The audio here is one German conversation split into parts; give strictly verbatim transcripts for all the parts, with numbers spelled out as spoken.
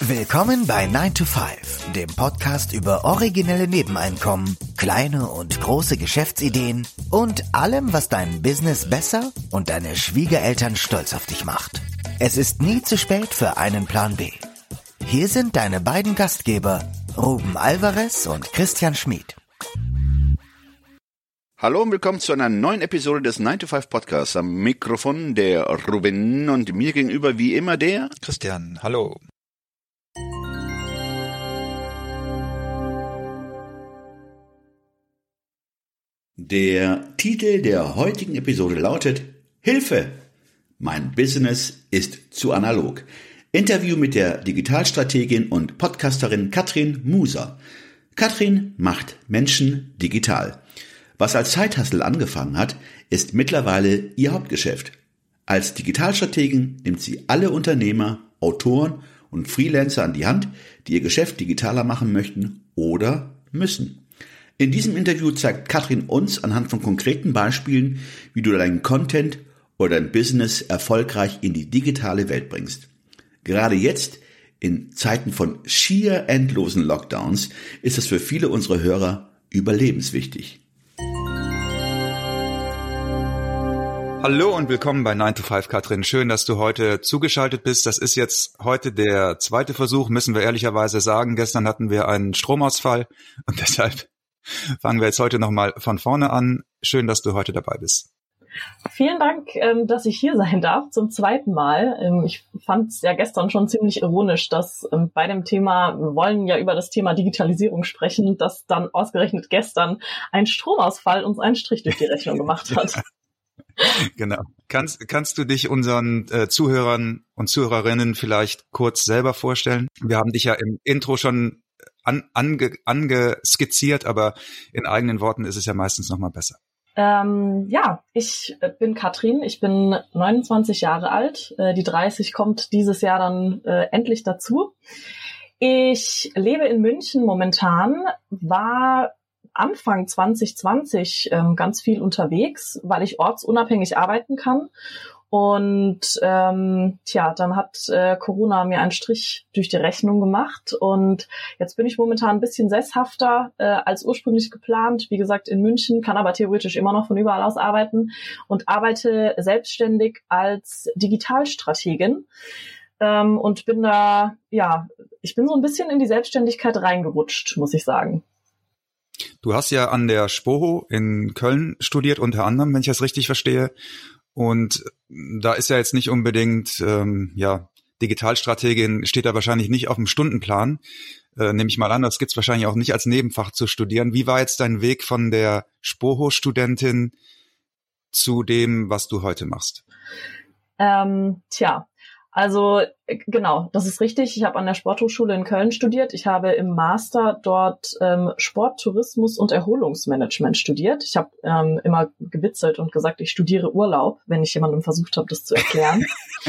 Willkommen bei nine to five, dem Podcast über originelle Nebeneinkommen, kleine und große Geschäftsideen und allem, was dein Business besser und deine Schwiegereltern stolz auf dich macht. Es ist nie zu spät für einen Plan B. Hier sind deine beiden Gastgeber, Ruben Alvarez und Christian Schmid. Hallo und willkommen zu einer neuen Episode des nine to five Podcasts. Am Mikrofon der Ruben und mir gegenüber wie immer der Christian. Hallo. Der Titel der heutigen Episode lautet Hilfe! Mein Business ist zu analog. Interview mit der Digitalstrategin und Podcasterin Katrin Muser. Katrin macht Menschen digital. Was als Side-Hustle angefangen hat, ist mittlerweile ihr Hauptgeschäft. Als Digitalstrategin nimmt sie alle Unternehmer, Autoren und Freelancer an die Hand, die ihr Geschäft digitaler machen möchten oder müssen. In diesem Interview zeigt Katrin uns anhand von konkreten Beispielen, wie du deinen Content oder dein Business erfolgreich in die digitale Welt bringst. Gerade jetzt, in Zeiten von schier endlosen Lockdowns, ist es für viele unserer Hörer überlebenswichtig. Hallo und willkommen bei nine to five, Katrin. Schön, dass du heute zugeschaltet bist. Das ist jetzt heute der zweite Versuch, müssen wir ehrlicherweise sagen. Gestern hatten wir einen Stromausfall und deshalb fangen wir jetzt heute nochmal von vorne an. Schön, dass du heute dabei bist. Vielen Dank, dass ich hier sein darf zum zweiten Mal. Ich fand es ja gestern schon ziemlich ironisch, dass bei dem Thema, wir wollen ja über das Thema Digitalisierung sprechen, dass dann ausgerechnet gestern ein Stromausfall uns einen Strich durch die Rechnung gemacht hat. Genau. Kannst, kannst du dich unseren äh, Zuhörern und Zuhörerinnen vielleicht kurz selber vorstellen? Wir haben dich ja im Intro schon an, ange, angeskizziert, aber in eigenen Worten ist es ja meistens nochmal besser. Ähm, ja, ich bin Katrin, ich bin neunundzwanzig Jahre alt, äh, die dreißig kommt dieses Jahr dann äh, endlich dazu. Ich lebe in München momentan, war Anfang zwanzig zwanzig ähm, ganz viel unterwegs, weil ich ortsunabhängig arbeiten kann. Und ähm, tja, dann hat äh, Corona mir einen Strich durch die Rechnung gemacht und jetzt bin ich momentan ein bisschen sesshafter äh, als ursprünglich geplant. Wie gesagt, in München, kann aber theoretisch immer noch von überall aus arbeiten und arbeite selbstständig als Digitalstrategin ähm, und bin da, ja, ich bin so ein bisschen in die Selbstständigkeit reingerutscht, muss ich sagen. Du hast ja an der Spoho in Köln studiert, unter anderem, wenn ich das richtig verstehe. Und da ist ja jetzt nicht unbedingt, ähm, ja, Digitalstrategin steht da wahrscheinlich nicht auf dem Stundenplan. Äh, nehme ich mal an, das gibt's wahrscheinlich auch nicht als Nebenfach zu studieren. Wie war jetzt dein Weg von der Spoho-Studentin zu dem, was du heute machst? Ähm, tja, also genau, das ist richtig. Ich habe an der Sporthochschule in Köln studiert. Ich habe im Master dort ähm, Sport, Tourismus und Erholungsmanagement studiert. Ich habe ähm, immer gewitzelt und gesagt, ich studiere Urlaub, wenn ich jemandem versucht habe, das zu erklären.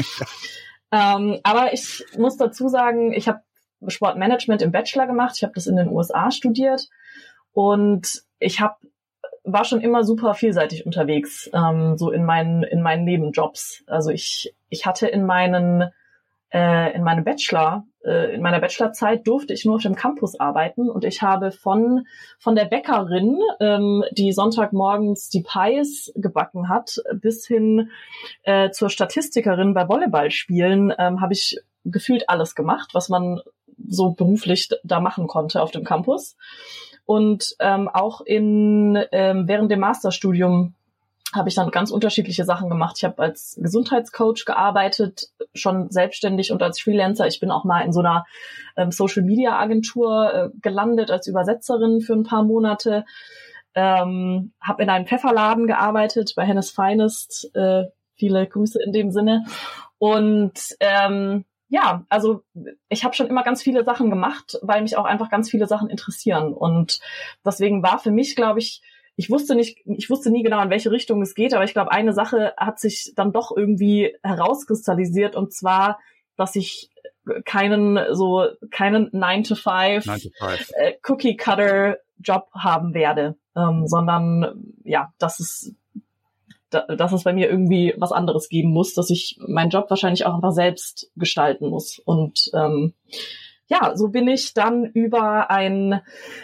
ähm, aber ich muss dazu sagen, ich habe Sportmanagement im Bachelor gemacht. Ich habe das in den U S A studiert und ich habe war schon immer super vielseitig unterwegs, ähm, so in meinen in meinen Nebenjobs. Also ich ich hatte in meinen äh, in meinem Bachelor äh, in meiner Bachelorzeit durfte ich nur auf dem Campus arbeiten und ich habe von von der Bäckerin, ähm, die Sonntagmorgens die Pies gebacken hat, bis hin äh, zur Statistikerin bei Volleyballspielen, ähm, habe ich gefühlt alles gemacht, was man so beruflich da machen konnte auf dem Campus. Und ähm, auch in ähm, während dem Masterstudium habe ich dann ganz unterschiedliche Sachen gemacht. Ich habe als Gesundheitscoach gearbeitet, schon selbstständig und als Freelancer. Ich bin auch mal in so einer ähm, Social-Media-Agentur äh, gelandet als Übersetzerin für ein paar Monate. Ähm, habe in einem Pfefferladen gearbeitet, bei Hennes Finest. Äh, viele Grüße in dem Sinne. Und ähm, ja, also ich habe schon immer ganz viele Sachen gemacht, weil mich auch einfach ganz viele Sachen interessieren. Und deswegen war für mich, glaube ich, ich wusste nicht, ich wusste nie genau, in welche Richtung es geht, aber ich glaube, eine Sache hat sich dann doch irgendwie herauskristallisiert, und zwar, dass ich keinen so keinen nine to five äh, Cookie-Cutter-Job haben werde, ähm, sondern ja, dass es dass es bei mir irgendwie was anderes geben muss, dass ich meinen Job wahrscheinlich auch einfach selbst gestalten muss. Und ähm, ja, so bin ich dann über ein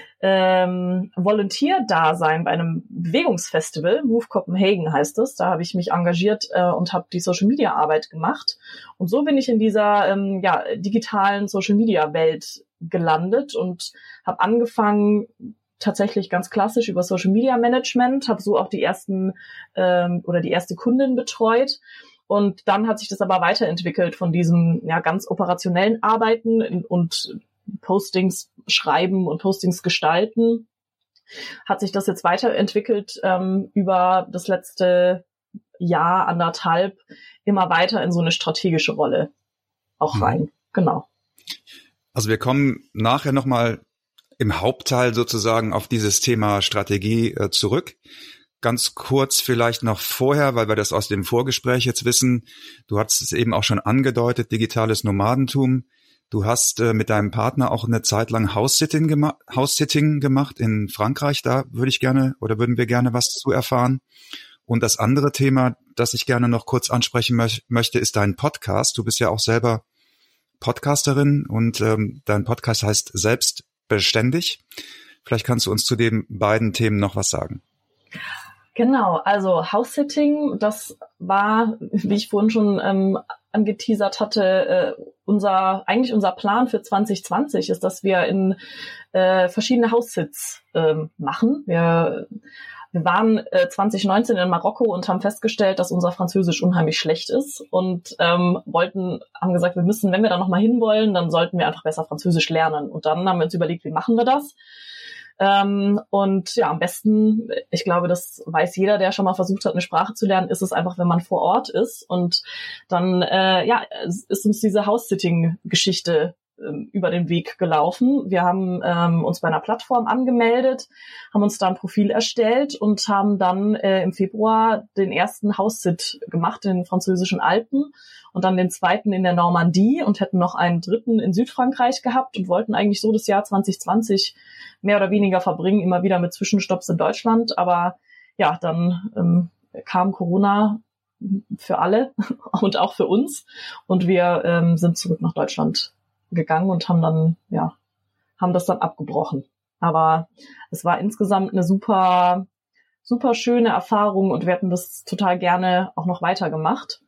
ähm, Volunteer-Dasein bei einem Bewegungsfestival, Move Copenhagen heißt es, da habe ich mich engagiert äh, und habe die Social-Media-Arbeit gemacht. Und so bin ich in dieser ähm, ja, digitalen Social-Media-Welt gelandet und habe angefangen, tatsächlich ganz klassisch über Social Media Management, habe so auch die ersten ähm, oder die erste Kundin betreut. Und dann hat sich das aber weiterentwickelt von diesem ja ganz operationellen Arbeiten und Postings schreiben und Postings gestalten. Hat sich das jetzt weiterentwickelt ähm, über das letzte Jahr, anderthalb, immer weiter in so eine strategische Rolle auch rein. Mhm. Genau. Also wir kommen nachher nochmal im Hauptteil sozusagen auf dieses Thema Strategie äh, zurück. Ganz kurz vielleicht noch vorher, weil wir das aus dem Vorgespräch jetzt wissen. Du hast es eben auch schon angedeutet, digitales Nomadentum. Du hast äh, mit deinem Partner auch eine Zeit lang House-Sitting, gema- House-Sitting gemacht in Frankreich. Da würde ich gerne oder würden wir gerne was zu erfahren. Und das andere Thema, das ich gerne noch kurz ansprechen mö- möchte, ist dein Podcast. Du bist ja auch selber Podcasterin und ähm, dein Podcast heißt Selbst beständig. Vielleicht kannst du uns zu den beiden Themen noch was sagen. Genau, also House-Sitting, das war, wie ich vorhin schon ähm, angeteasert hatte, äh, unser eigentlich unser Plan für zwanzig zwanzig ist, dass wir in äh, verschiedene House-Sits äh, machen. Wir Wir waren äh, zwanzig neunzehn in Marokko und haben festgestellt, dass unser Französisch unheimlich schlecht ist und ähm, wollten, haben gesagt, wir müssen, wenn wir da nochmal hinwollen, dann sollten wir einfach besser Französisch lernen. Und dann haben wir uns überlegt, wie machen wir das? Ähm, und ja, am besten, ich glaube, das weiß jeder, der schon mal versucht hat, eine Sprache zu lernen, ist es einfach, wenn man vor Ort ist. Und dann äh, ja, ist uns diese House-Sitting-Geschichte über den Weg gelaufen. Wir haben ähm, uns bei einer Plattform angemeldet, haben uns da ein Profil erstellt und haben dann äh, im Februar den ersten House-Sit gemacht in den französischen Alpen und dann den zweiten in der Normandie und hätten noch einen dritten in Südfrankreich gehabt und wollten eigentlich so das Jahr zwanzig zwanzig mehr oder weniger verbringen, immer wieder mit Zwischenstopps in Deutschland. Aber ja, dann ähm, kam Corona für alle und auch für uns und wir ähm, sind zurück nach Deutschland gegangen und haben dann, ja, haben das dann abgebrochen. Aber es war insgesamt eine super, super schöne Erfahrung und wir hätten das total gerne auch noch weitergemacht.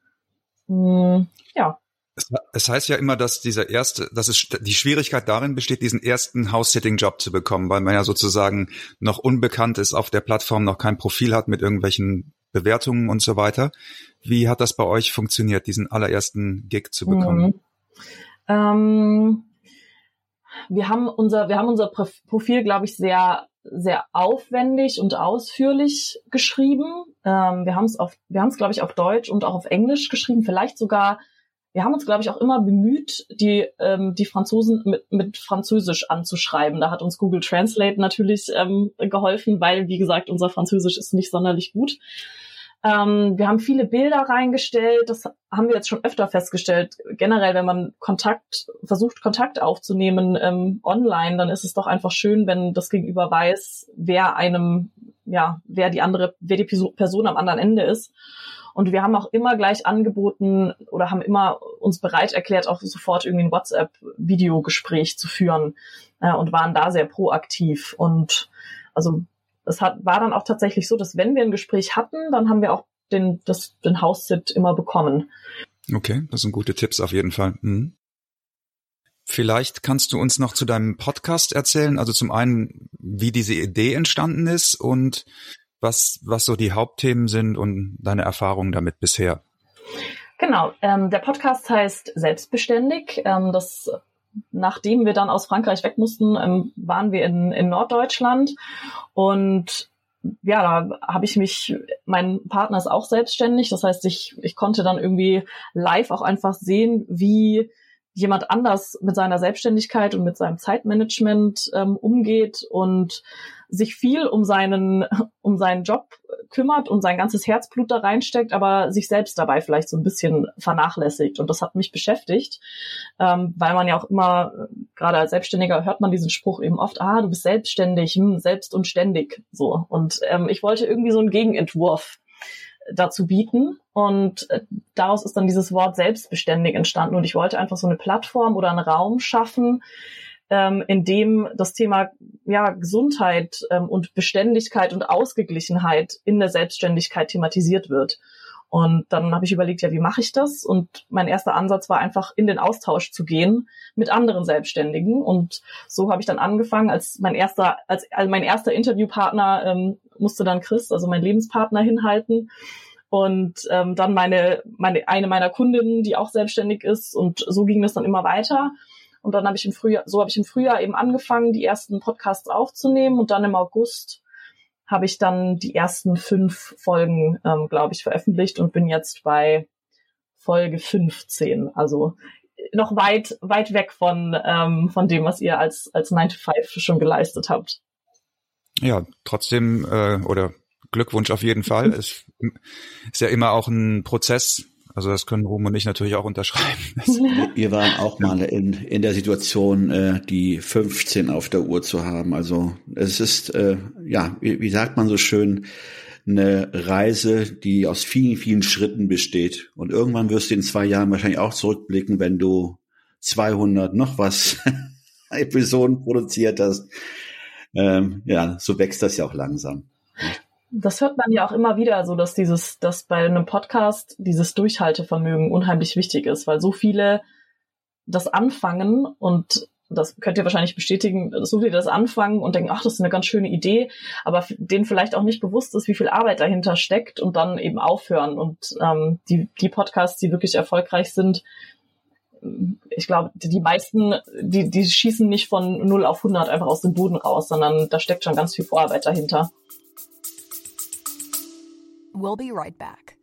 Hm, ja. Es, es heißt ja immer, dass dieser erste, dass es die Schwierigkeit darin besteht, diesen ersten House-Sitting-Job zu bekommen, weil man ja sozusagen noch unbekannt ist, auf der Plattform noch kein Profil hat mit irgendwelchen Bewertungen und so weiter. Wie hat das bei euch funktioniert, diesen allerersten Gig zu bekommen? Mhm. Ähm, wir haben unser, wir haben unser Profil, glaube ich, sehr, sehr aufwendig und ausführlich geschrieben. Ähm, wir haben es auf, wir haben es, glaube ich, auf Deutsch und auch auf Englisch geschrieben. Vielleicht sogar, wir haben uns, glaube ich, auch immer bemüht, die, ähm, die Franzosen mit, mit Französisch anzuschreiben. Da hat uns Google Translate natürlich ähm, geholfen, weil, wie gesagt, unser Französisch ist nicht sonderlich gut. Ähm, wir haben viele Bilder reingestellt, das haben wir jetzt schon öfter festgestellt. Generell, wenn man Kontakt, versucht Kontakt aufzunehmen ähm, online, dann ist es doch einfach schön, wenn das Gegenüber weiß, wer einem, ja, wer die andere, wer die Person am anderen Ende ist. Und wir haben auch immer gleich angeboten oder haben immer uns bereit erklärt, auch sofort irgendwie ein WhatsApp-Videogespräch zu führen äh, und waren da sehr proaktiv. Und also es hat, war dann auch tatsächlich so, dass wenn wir ein Gespräch hatten, dann haben wir auch den, das, den House-Sit immer bekommen. Okay, das sind gute Tipps auf jeden Fall. Mhm. Vielleicht kannst du uns noch zu deinem Podcast erzählen, also zum einen, wie diese Idee entstanden ist und was, was so die Hauptthemen sind und deine Erfahrungen damit bisher. Genau, ähm, der Podcast heißt Selbstbeständig. Ähm, das Nachdem wir dann aus Frankreich weg mussten, ähm, waren wir in, in Norddeutschland und ja, da habe ich mich, mein Partner ist auch selbstständig, das heißt, ich, ich konnte dann irgendwie live auch einfach sehen, wie jemand anders mit seiner Selbstständigkeit und mit seinem Zeitmanagement ähm, umgeht und sich viel um seinen, um seinen Job kümmert und sein ganzes Herzblut da reinsteckt, aber sich selbst dabei vielleicht so ein bisschen vernachlässigt. Und das hat mich beschäftigt, ähm, weil man ja auch immer, gerade als Selbstständiger hört man diesen Spruch eben oft, ah, du bist selbstständig, hm, selbst und ständig, so. Und ähm, ich wollte irgendwie so einen Gegenentwurf dazu bieten. Und daraus ist dann dieses Wort selbstbeständig entstanden. Und ich wollte einfach so eine Plattform oder einen Raum schaffen, ähm, in dem das Thema ja, Gesundheit ähm, und Beständigkeit und Ausgeglichenheit in der Selbstständigkeit thematisiert wird. Und dann habe ich überlegt, ja, wie mache ich das? Und mein erster Ansatz war einfach, in den Austausch zu gehen mit anderen Selbstständigen. Und so habe ich dann angefangen, als mein erster, als, als mein erster Interviewpartner ähm, musste dann Chris, also mein Lebenspartner, hinhalten. Und ähm, dann meine, meine, eine meiner Kundinnen, die auch selbstständig ist. Und so ging das dann immer weiter. Und dann habe ich im Frühjahr, so habe ich im Frühjahr eben angefangen, die ersten Podcasts aufzunehmen. Und dann im August habe ich dann die ersten fünf Folgen, ähm, glaube ich, veröffentlicht und bin jetzt bei Folge fünfzehn. Also noch weit, weit weg von, ähm, von dem, was ihr als, als nine to five schon geleistet habt. Ja, trotzdem, äh, oder Glückwunsch auf jeden Fall. Es ist ja immer auch ein Prozess. Also das können Ruhm und ich natürlich auch unterschreiben. Wir waren auch mal in, in der Situation, äh, die fünfzehn auf der Uhr zu haben. Also es ist, äh, ja, wie, wie sagt man so schön, eine Reise, die aus vielen, vielen Schritten besteht. Und irgendwann wirst du in zwei Jahren wahrscheinlich auch zurückblicken, wenn du zweihundert noch was Episoden produziert hast. Ähm, ja, so wächst das ja auch langsam. Das hört man ja auch immer wieder, so dass dieses, dass bei einem Podcast dieses Durchhaltevermögen unheimlich wichtig ist, weil so viele das anfangen und das könnt ihr wahrscheinlich bestätigen, so viele das anfangen und denken, ach, das ist eine ganz schöne Idee, aber denen vielleicht auch nicht bewusst ist, wie viel Arbeit dahinter steckt und dann eben aufhören. Und ähm, die, die Podcasts, die wirklich erfolgreich sind, ich glaube, die meisten, die, die schießen nicht von null auf hundert einfach aus dem Boden raus, sondern da steckt schon ganz viel Vorarbeit dahinter. We'll be right back.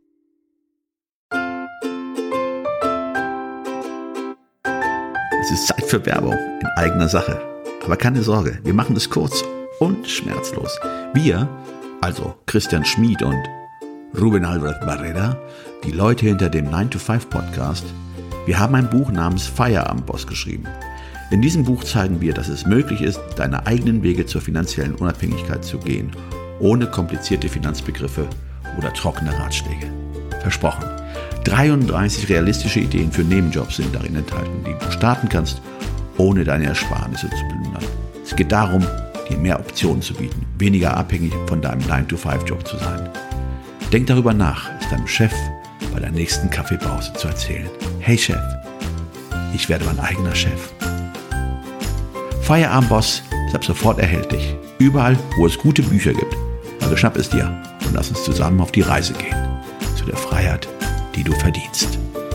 Es ist Zeit für Werbung in eigener Sache. Aber keine Sorge, wir machen es kurz und schmerzlos. Wir, also Christian Schmid und Rubén Albert Barrera, die Leute hinter dem nine to five Podcast, wir haben ein Buch namens Feierabendboss geschrieben. In diesem Buch zeigen wir, dass es möglich ist, deine eigenen Wege zur finanziellen Unabhängigkeit zu gehen, ohne komplizierte Finanzbegriffe oder trockene Ratschläge. Versprochen. dreiunddreißig realistische Ideen für Nebenjobs sind darin enthalten, die du starten kannst, ohne deine Ersparnisse zu plündern. Es geht darum, dir mehr Optionen zu bieten, weniger abhängig von deinem nine to five Job zu sein. Denk darüber nach, es deinem Chef bei der nächsten Kaffeepause zu erzählen. Hey Chef, ich werde mein eigener Chef. Feierabendboss ist ab sofort erhältlich. Überall, wo es gute Bücher gibt. Also schnapp es dir und lass uns zusammen auf die Reise gehen. Zu der Freiheit, die du verdienst.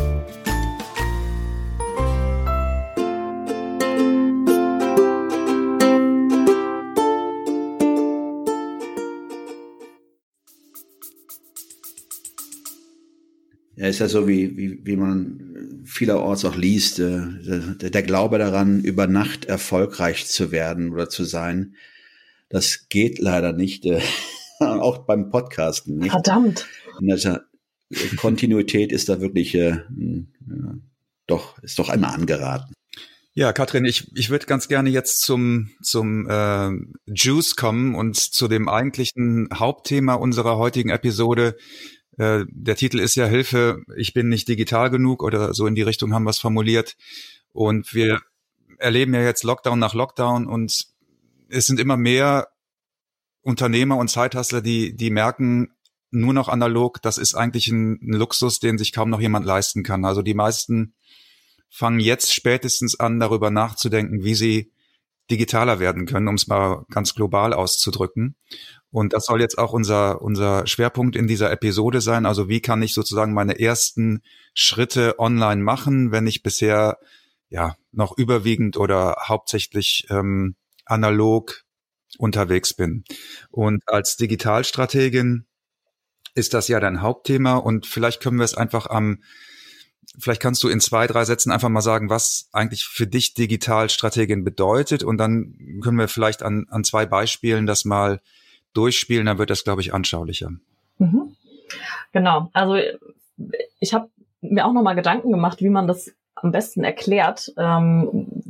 Ja, ist ja so, wie, wie, wie man vielerorts auch liest, äh, der, der Glaube daran, über Nacht erfolgreich zu werden oder zu sein, das geht leider nicht, äh, auch beim Podcasten nicht. Verdammt. In der Kontinuität ist da wirklich, äh, ja, doch, ist doch einmal angeraten. Ja, Katrin, ich, ich würde ganz gerne jetzt zum, zum äh, Juice kommen und zu dem eigentlichen Hauptthema unserer heutigen Episode. Äh, der Titel ist ja Hilfe, ich bin nicht digital genug oder so in die Richtung haben wir es formuliert. Und wir erleben ja jetzt Lockdown nach Lockdown und es sind immer mehr Unternehmer und Zeithustler, die, die merken, nur noch analog, das ist eigentlich ein, ein Luxus, den sich kaum noch jemand leisten kann. Also die meisten fangen jetzt spätestens an, darüber nachzudenken, wie sie digitaler werden können, um es mal ganz global auszudrücken. Und das soll jetzt auch unser, unser Schwerpunkt in dieser Episode sein. Also wie kann ich sozusagen meine ersten Schritte online machen, wenn ich bisher ja noch überwiegend oder hauptsächlich ähm, analog unterwegs bin. Und als Digitalstrategin ist das ja dein Hauptthema und vielleicht können wir es einfach am, vielleicht kannst du in zwei, drei Sätzen einfach mal sagen, was eigentlich für dich Digitalstrategin bedeutet und dann können wir vielleicht an, an zwei Beispielen das mal durchspielen, dann wird das, glaube ich, anschaulicher. Mhm. Genau, also ich habe mir auch nochmal Gedanken gemacht, wie man das am besten erklärt, ähm,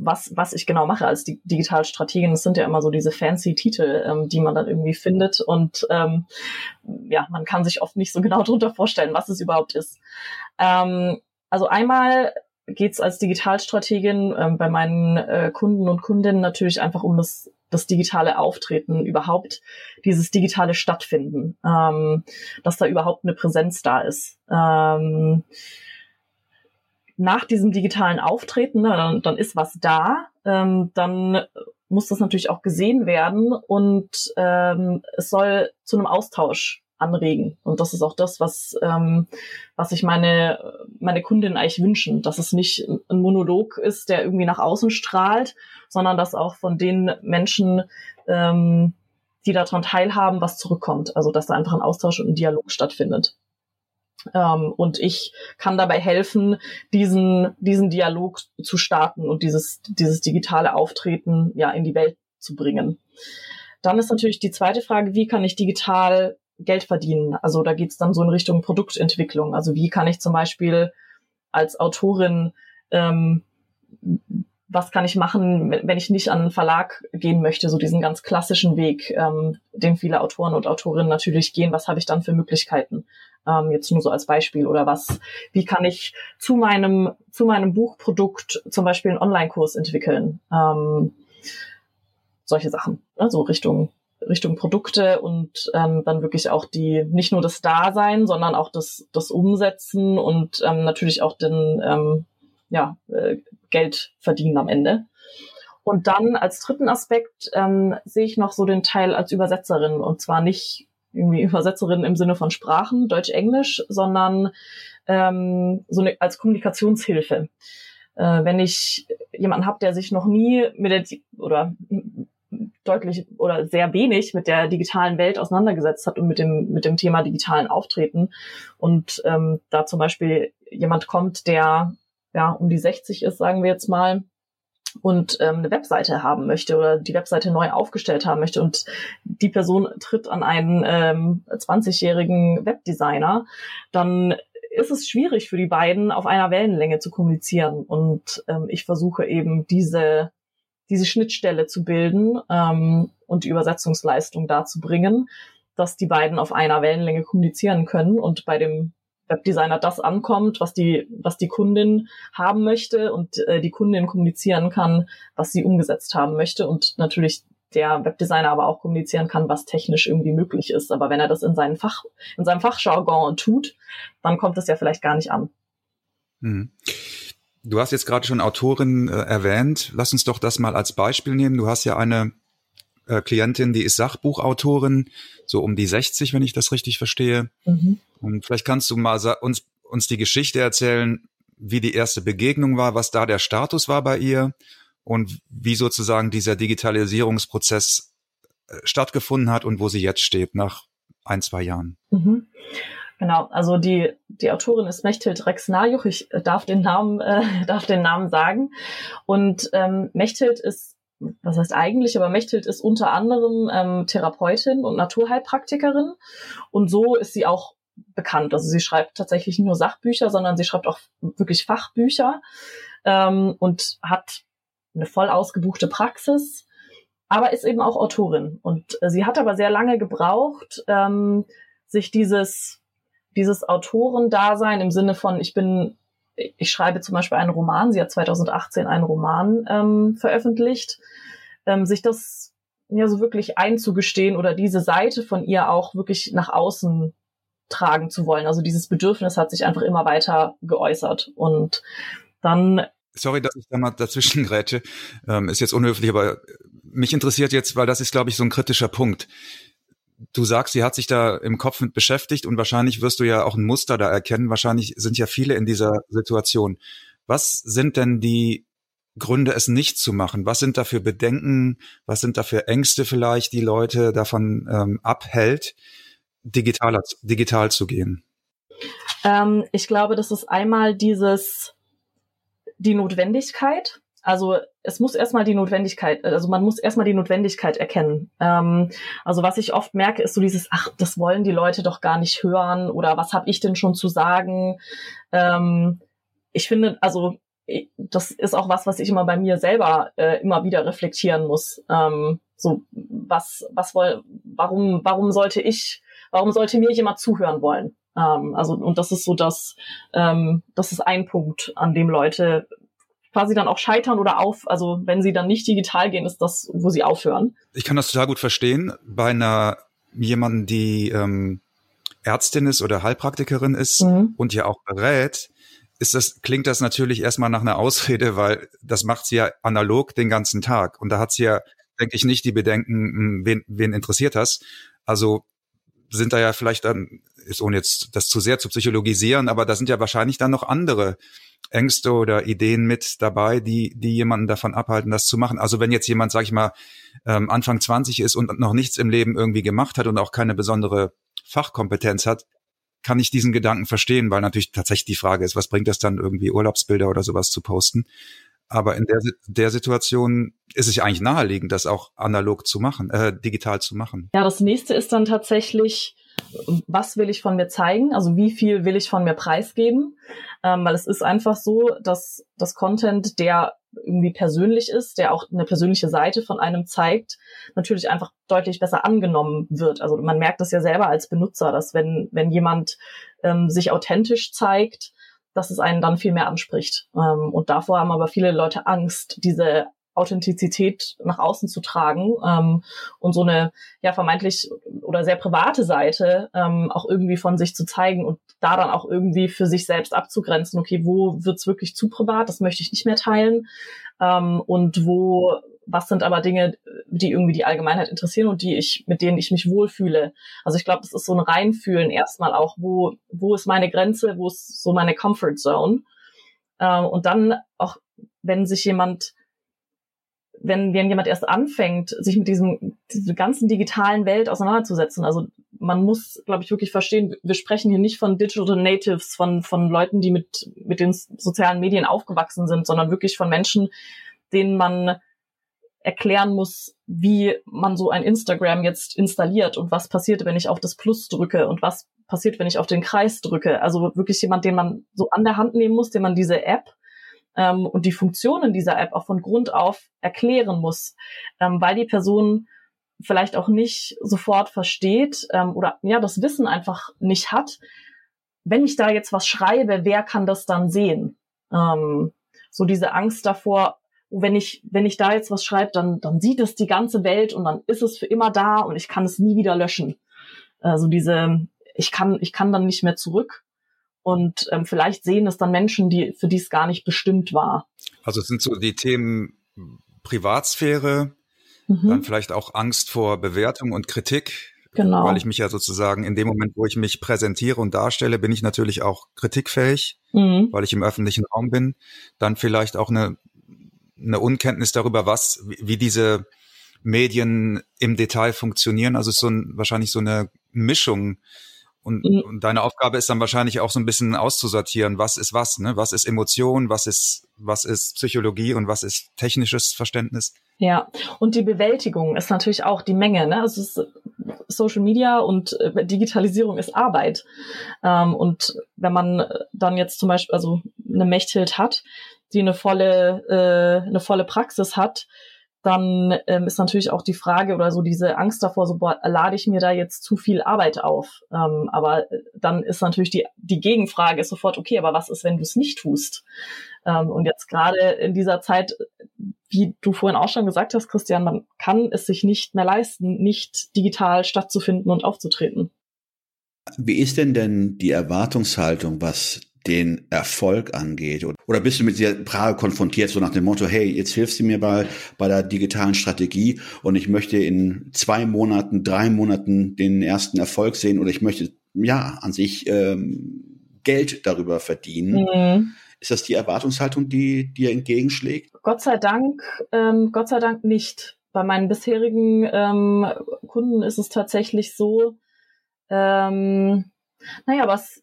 was was ich genau mache als die Digitalstrategin. Das sind ja immer so diese fancy Titel, ähm, die man dann irgendwie findet. Und ähm, ja, man kann sich oft nicht so genau darunter vorstellen, was es überhaupt ist. Ähm, also einmal geht's als Digitalstrategin ähm, bei meinen äh, Kunden und Kundinnen natürlich einfach um das das digitale Auftreten, überhaupt dieses digitale Stattfinden, ähm, dass da überhaupt eine Präsenz da ist. Ähm, nach diesem digitalen Auftreten, ne, dann, dann ist was da, ähm, dann muss das natürlich auch gesehen werden und ähm, es soll zu einem Austausch anregen. Und das ist auch das, was ähm, was sich meine meine Kundinnen eigentlich wünschen, dass es nicht ein Monolog ist, der irgendwie nach außen strahlt, sondern dass auch von den Menschen, ähm, die daran teilhaben, was zurückkommt. Also dass da einfach ein Austausch und ein Dialog stattfindet. Ähm, und ich kann dabei helfen, diesen diesen Dialog zu starten und dieses dieses digitale Auftreten ja in die Welt zu bringen. Dann ist natürlich die zweite Frage, wie kann ich digital Geld verdienen? Also da geht's dann so in Richtung Produktentwicklung. Also wie kann ich zum Beispiel als Autorin, ähm, was kann ich machen, wenn ich nicht an einen Verlag gehen möchte, so diesen ganz klassischen Weg, ähm, den viele Autoren und Autorinnen natürlich gehen. Was habe ich dann für Möglichkeiten? Ähm, jetzt nur so als Beispiel oder was? Wie kann ich zu meinem zu meinem Buchprodukt zum Beispiel einen Online-Kurs entwickeln? Ähm, solche Sachen, ne? So Richtung Richtung Produkte und ähm, dann wirklich auch die, nicht nur das Dasein, sondern auch das, das Umsetzen und ähm, natürlich auch den, ähm, ja, äh, Geld verdienen am Ende. Und dann als dritten Aspekt ähm, sehe ich noch so den Teil als Übersetzerin und zwar nicht irgendwie Übersetzerin im Sinne von Sprachen, Deutsch, Englisch, sondern ähm, so eine, als Kommunikationshilfe. Äh, wenn ich jemanden habe, der sich noch nie mit der, oder deutlich oder sehr wenig mit der digitalen Welt auseinandergesetzt hat und mit dem mit dem Thema digitalen Auftreten und ähm, da zum Beispiel jemand kommt, der ja um die sechzig ist, sagen wir jetzt mal, und ähm, eine Webseite haben möchte oder die Webseite neu aufgestellt haben möchte und die Person tritt an einen ähm, zwanzigjährigen Webdesigner, dann ist es schwierig für die beiden auf einer Wellenlänge zu kommunizieren und ähm, ich versuche eben diese diese Schnittstelle zu bilden ähm, und die Übersetzungsleistung dazu bringen, dass die beiden auf einer Wellenlänge kommunizieren können und bei dem Webdesigner das ankommt, was die was die Kundin haben möchte und äh, die Kundin kommunizieren kann, was sie umgesetzt haben möchte und natürlich der Webdesigner aber auch kommunizieren kann, was technisch irgendwie möglich ist. Aber wenn er das in seinem Fach in seinem Fachjargon tut, dann kommt es ja vielleicht gar nicht an. Mhm. Du hast jetzt gerade schon Autorin äh, erwähnt. Lass uns doch das mal als Beispiel nehmen. Du hast ja eine äh, Klientin, die ist Sachbuchautorin, so um die sechzig, wenn ich das richtig verstehe. Mhm. Und vielleicht kannst du mal sa- uns, uns die Geschichte erzählen, wie die erste Begegnung war, was da der Status war bei ihr und wie sozusagen dieser Digitalisierungsprozess äh, stattgefunden hat und wo sie jetzt steht nach ein, zwei Jahren. Mhm. Genau, also die die Autorin ist Mechthild Rex-Najuch. Ich darf den Namen äh, darf den Namen sagen. Und ähm, Mechthild ist, was heißt eigentlich, aber Mechthild ist unter anderem ähm, Therapeutin und Naturheilpraktikerin. Und so ist sie auch bekannt. Also sie schreibt tatsächlich nicht nur Sachbücher, sondern sie schreibt auch wirklich Fachbücher ähm, und hat eine voll ausgebuchte Praxis, aber ist eben auch Autorin. Und äh, sie hat aber sehr lange gebraucht, ähm, sich dieses dieses Autorendasein im Sinne von, ich bin, ich schreibe zum Beispiel einen Roman, sie hat zweitausendachtzehn einen Roman ähm, veröffentlicht, ähm, sich das ja so wirklich einzugestehen oder diese Seite von ihr auch wirklich nach außen tragen zu wollen. Also dieses Bedürfnis hat sich einfach immer weiter geäußert und dann... Sorry, dass ich da mal dazwischen grätsche, ähm, ist jetzt unhöflich, aber mich interessiert jetzt, weil das ist, glaube ich, so ein kritischer Punkt. Du sagst, sie hat sich da im Kopf mit beschäftigt und wahrscheinlich wirst du ja auch ein Muster da erkennen. Wahrscheinlich sind ja viele in dieser Situation. Was sind denn die Gründe, es nicht zu machen? Was sind da für Bedenken? Was sind da für Ängste vielleicht, die Leute davon ähm, abhält, digital, digital zu gehen? Ähm, ich glaube, das ist einmal dieses, die Notwendigkeit. Also es muss erstmal die Notwendigkeit, also man muss erstmal die Notwendigkeit erkennen. Ähm, also was ich oft merke, ist so dieses, ach, das wollen die Leute doch gar nicht hören oder was habe ich denn schon zu sagen? Ähm, ich finde, also das ist auch was, was ich immer bei mir selber äh, immer wieder reflektieren muss. Ähm, so, was, was woll, warum, warum sollte ich, warum sollte mir jemand zuhören wollen? Ähm, also, und das ist so das, ähm, das ist ein Punkt, an dem Leute quasi dann auch scheitern oder auf, also wenn sie dann nicht digital gehen, ist das, wo sie aufhören. Ich kann das total gut verstehen. Bei einer, jemanden, die, ähm, Ärztin ist oder Heilpraktikerin ist mhm. und ja auch berät, ist das, klingt das natürlich erstmal nach einer Ausrede, weil das macht sie ja analog den ganzen Tag. Und da hat sie ja, denke ich, nicht die Bedenken, wen, wen interessiert das. Also sind da ja vielleicht dann, ist ohne jetzt das zu sehr zu psychologisieren, aber da sind ja wahrscheinlich dann noch andere Ängste oder Ideen mit dabei, die, die jemanden davon abhalten, das zu machen. Also wenn jetzt jemand, sag ich mal, Anfang zwanzig ist und noch nichts im Leben irgendwie gemacht hat und auch keine besondere Fachkompetenz hat, kann ich diesen Gedanken verstehen, weil natürlich tatsächlich die Frage ist, was bringt das dann irgendwie Urlaubsbilder oder sowas zu posten? Aber in der, der Situation ist es ja eigentlich naheliegend, das auch analog zu machen, äh, digital zu machen. Ja, das nächste ist dann tatsächlich, was will ich von mir zeigen? Also wie viel will ich von mir preisgeben? Ähm, weil es ist einfach so, dass das Content, der irgendwie persönlich ist, der auch eine persönliche Seite von einem zeigt, natürlich einfach deutlich besser angenommen wird. Also man merkt das ja selber als Benutzer, dass wenn wenn jemand ähm, sich authentisch zeigt, dass es einen dann viel mehr anspricht. Ähm, und davor haben aber viele Leute Angst, diese Authentizität nach außen zu tragen ähm, und so eine ja vermeintlich oder sehr private Seite ähm, auch irgendwie von sich zu zeigen und da dann auch irgendwie für sich selbst abzugrenzen, okay, wo wird's wirklich zu privat, das möchte ich nicht mehr teilen ähm, und wo, was sind aber Dinge, die irgendwie die Allgemeinheit interessieren und die ich, mit denen ich mich wohlfühle. Also ich glaube, das ist so ein Reinfühlen erstmal auch, wo wo ist meine Grenze, wo ist so meine Comfort Zone ähm, und dann auch, wenn sich jemand wenn, wenn jemand erst anfängt, sich mit diesem, dieser ganzen digitalen Welt auseinanderzusetzen. Also man muss, glaube ich, wirklich verstehen, wir sprechen hier nicht von Digital Natives, von, von Leuten, die mit, mit den sozialen Medien aufgewachsen sind, sondern wirklich von Menschen, denen man erklären muss, wie man so ein Instagram jetzt installiert und was passiert, wenn ich auf das Plus drücke und was passiert, wenn ich auf den Kreis drücke. Also wirklich jemand, den man so an der Hand nehmen muss, den man diese App Ähm, und die Funktionen dieser App auch von Grund auf erklären muss, ähm, weil die Person vielleicht auch nicht sofort versteht ähm, oder ja das Wissen einfach nicht hat. Wenn ich da jetzt was schreibe, wer kann das dann sehen? Ähm, so diese Angst davor, wenn ich wenn ich da jetzt was schreibe, dann dann sieht es die ganze Welt und dann ist es für immer da und ich kann es nie wieder löschen. Also diese ich kann ich kann dann nicht mehr zurück. Und ähm, vielleicht sehen es dann Menschen, die für die es gar nicht bestimmt war. Also es sind so die Themen Privatsphäre, mhm. dann vielleicht auch Angst vor Bewertung und Kritik. Genau. Weil ich mich ja sozusagen in dem Moment, wo ich mich präsentiere und darstelle, bin ich natürlich auch kritikfähig, mhm. weil ich im öffentlichen Raum bin. Dann vielleicht auch eine, eine Unkenntnis darüber, was, wie diese Medien im Detail funktionieren. Also es ist so ein, wahrscheinlich so eine Mischung. Und, mhm. und deine Aufgabe ist dann wahrscheinlich auch so ein bisschen auszusortieren, was ist was, ne? Was ist Emotion, was ist, was ist Psychologie und was ist technisches Verständnis? Ja, und die Bewältigung ist natürlich auch die Menge, ne? Also es ist Social Media und Digitalisierung ist Arbeit. Ähm, und wenn man dann jetzt zum Beispiel, also eine Mechthild hat, die eine volle, äh, eine volle Praxis hat, dann ähm, ist natürlich auch die Frage oder so diese Angst davor, so boah, lade ich mir da jetzt zu viel Arbeit auf. Ähm, aber dann ist natürlich die die Gegenfrage ist sofort, okay, aber was ist, wenn du es nicht tust? Ähm, und jetzt gerade in dieser Zeit, wie du vorhin auch schon gesagt hast, Christian, man kann es sich nicht mehr leisten, nicht digital stattzufinden und aufzutreten. Wie ist denn denn die Erwartungshaltung, was den Erfolg angeht? Oder bist du mit dieser Frage konfrontiert, so nach dem Motto, hey, jetzt hilfst du mir bei, bei der digitalen Strategie und ich möchte in zwei Monaten, drei Monaten den ersten Erfolg sehen oder ich möchte, ja, an sich ähm, Geld darüber verdienen. Mhm. Ist das die Erwartungshaltung, die dir entgegenschlägt? Gott sei Dank, ähm, Gott sei Dank nicht. Bei meinen bisherigen ähm, Kunden ist es tatsächlich so, ähm, naja, was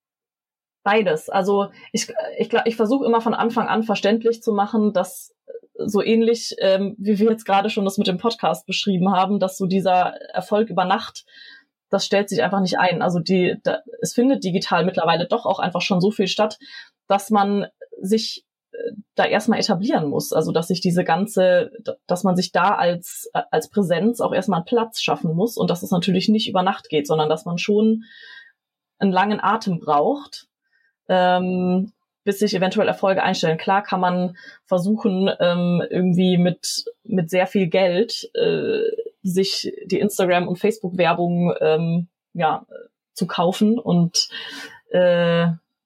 beides. Also ich ich glaube, ich versuche immer von Anfang an verständlich zu machen, dass so ähnlich, ähm, wie wir jetzt gerade schon das mit dem Podcast beschrieben haben, dass so dieser Erfolg über Nacht, das stellt sich einfach nicht ein. Also die, da, es findet digital mittlerweile doch auch einfach schon so viel statt, dass man sich da erstmal etablieren muss. Also dass sich diese ganze, dass man sich da als als Präsenz auch erstmal einen Platz schaffen muss und dass es natürlich nicht über Nacht geht, sondern dass man schon einen langen Atem braucht, ähm, bis sich eventuell Erfolge einstellen. Klar kann man versuchen, ähm, irgendwie mit mit sehr viel Geld äh, sich die Instagram- und Facebook-Werbung ähm, ja zu kaufen und äh,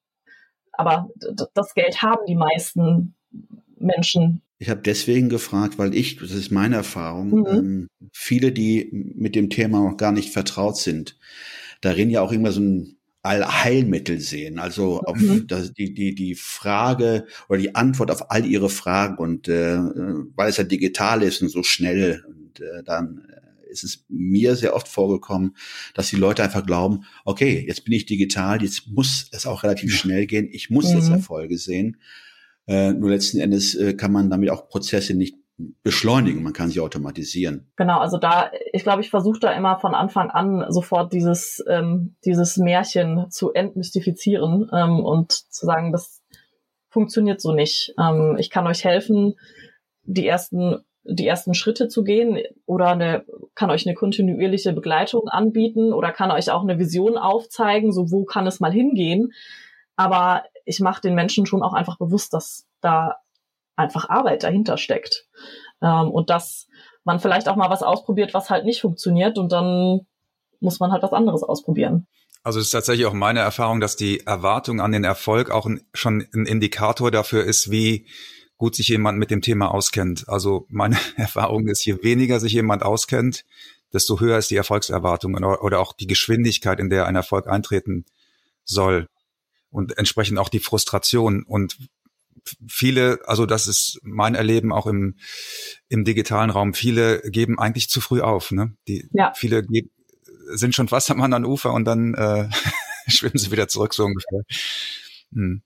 aber d- das Geld haben die meisten Menschen. Ich habe deswegen gefragt, weil ich, das ist meine Erfahrung, Mhm. ähm, viele, die mit dem Thema noch gar nicht vertraut sind, darin ja auch immer so ein Allheilmittel sehen. Also auf Mhm. das, die die die Frage oder die Antwort auf all ihre Fragen und äh, weil es ja digital ist und so schnell und äh, dann ist es mir sehr oft vorgekommen, dass die Leute einfach glauben, okay, jetzt bin ich digital, jetzt muss es auch relativ schnell gehen, ich muss Mhm. jetzt Erfolge sehen. Äh, nur letzten Endes äh, kann man damit auch Prozesse nicht beschleunigen, man kann sie automatisieren. Genau, also da, ich glaube, ich versuche da immer von Anfang an sofort dieses ähm, dieses Märchen zu entmystifizieren ähm, und zu sagen, das funktioniert so nicht. Ähm, ich kann euch helfen, die ersten die ersten Schritte zu gehen oder eine, kann euch eine kontinuierliche Begleitung anbieten oder kann euch auch eine Vision aufzeigen, so wo kann es mal hingehen. Aber ich mache den Menschen schon auch einfach bewusst, dass da einfach Arbeit dahinter steckt. Ähm, und dass man vielleicht auch mal was ausprobiert, was halt nicht funktioniert und dann muss man halt was anderes ausprobieren. Also es ist tatsächlich auch meine Erfahrung, dass die Erwartung an den Erfolg auch ein, schon ein Indikator dafür ist, wie gut sich jemand mit dem Thema auskennt. Also meine Erfahrung ist, je weniger sich jemand auskennt, desto höher ist die Erfolgserwartung oder auch die Geschwindigkeit, in der ein Erfolg eintreten soll und entsprechend auch die Frustration. Und viele, also das ist mein Erleben auch im im digitalen Raum, viele geben eigentlich zu früh auf. Ne? Die Ja. Viele ge- sind schon fast am anderen Ufer und dann äh, schwimmen sie wieder zurück, so ungefähr. Hm.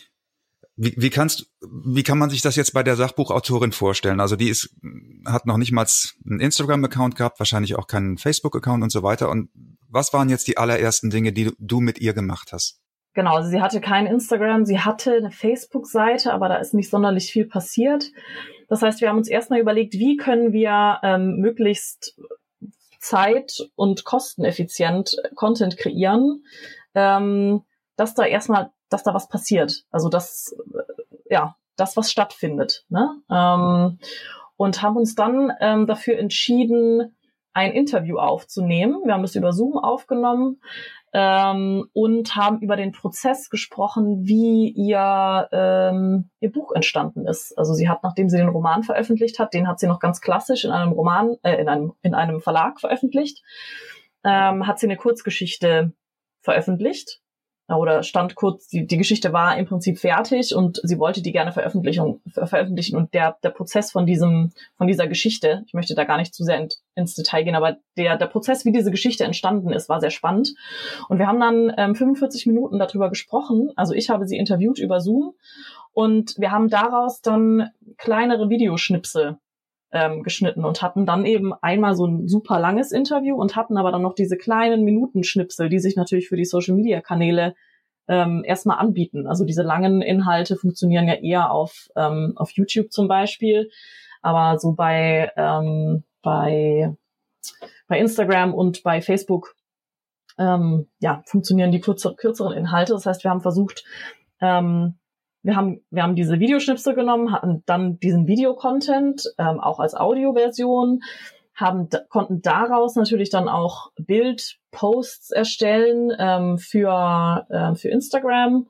Wie, wie kannst, wie kann man sich das jetzt bei der Sachbuchautorin vorstellen? Also die ist, hat noch nicht mal einen Instagram-Account gehabt, wahrscheinlich auch keinen Facebook-Account und so weiter. Und was waren jetzt die allerersten Dinge, die du mit ihr gemacht hast? Genau, also sie hatte kein Instagram, sie hatte eine Facebook-Seite, aber da ist nicht sonderlich viel passiert. Das heißt, wir haben uns erstmal überlegt, wie können wir ähm, möglichst zeit- und kosteneffizient Content kreieren, ähm, dass da erstmal, dass da was passiert. Also das, ja, das, was stattfindet. Ne? Ähm, und haben uns dann ähm, dafür entschieden, ein Interview aufzunehmen. Wir haben das über Zoom aufgenommen. Ähm, und haben über den Prozess gesprochen, wie ihr ähm, ihr Buch entstanden ist. Also sie hat, nachdem sie den Roman veröffentlicht hat, den hat sie noch ganz klassisch in einem Roman, äh, in einem in einem Verlag veröffentlicht, ähm, hat sie eine Kurzgeschichte veröffentlicht oder stand kurz, die, die Geschichte war im Prinzip fertig und sie wollte die gerne veröffentlichen, ver- veröffentlichen und der der Prozess von diesem von dieser Geschichte, ich möchte da gar nicht zu sehr in, ins Detail gehen, aber der der Prozess, wie diese Geschichte entstanden ist, war sehr spannend und wir haben dann ähm, fünfundvierzig Minuten darüber gesprochen, also ich habe sie interviewt über Zoom und wir haben daraus dann kleinere Videoschnipsel ähm, geschnitten und hatten dann eben einmal so ein super langes Interview und hatten aber dann noch diese kleinen Minutenschnipsel, die sich natürlich für die Social-Media-Kanäle ähm, erstmal anbieten. Also diese langen Inhalte funktionieren ja eher auf ähm, auf YouTube zum Beispiel, aber so bei ähm, bei bei Instagram und bei Facebook ähm, ja funktionieren die kürzer, kürzeren Inhalte. Das heißt, wir haben versucht ähm, Wir haben, wir haben diese Videoschnipsel genommen, hatten dann diesen Videocontent, ähm, auch als Audioversion, haben, konnten daraus natürlich dann auch Bildposts erstellen, ähm, für, äh, für Instagram.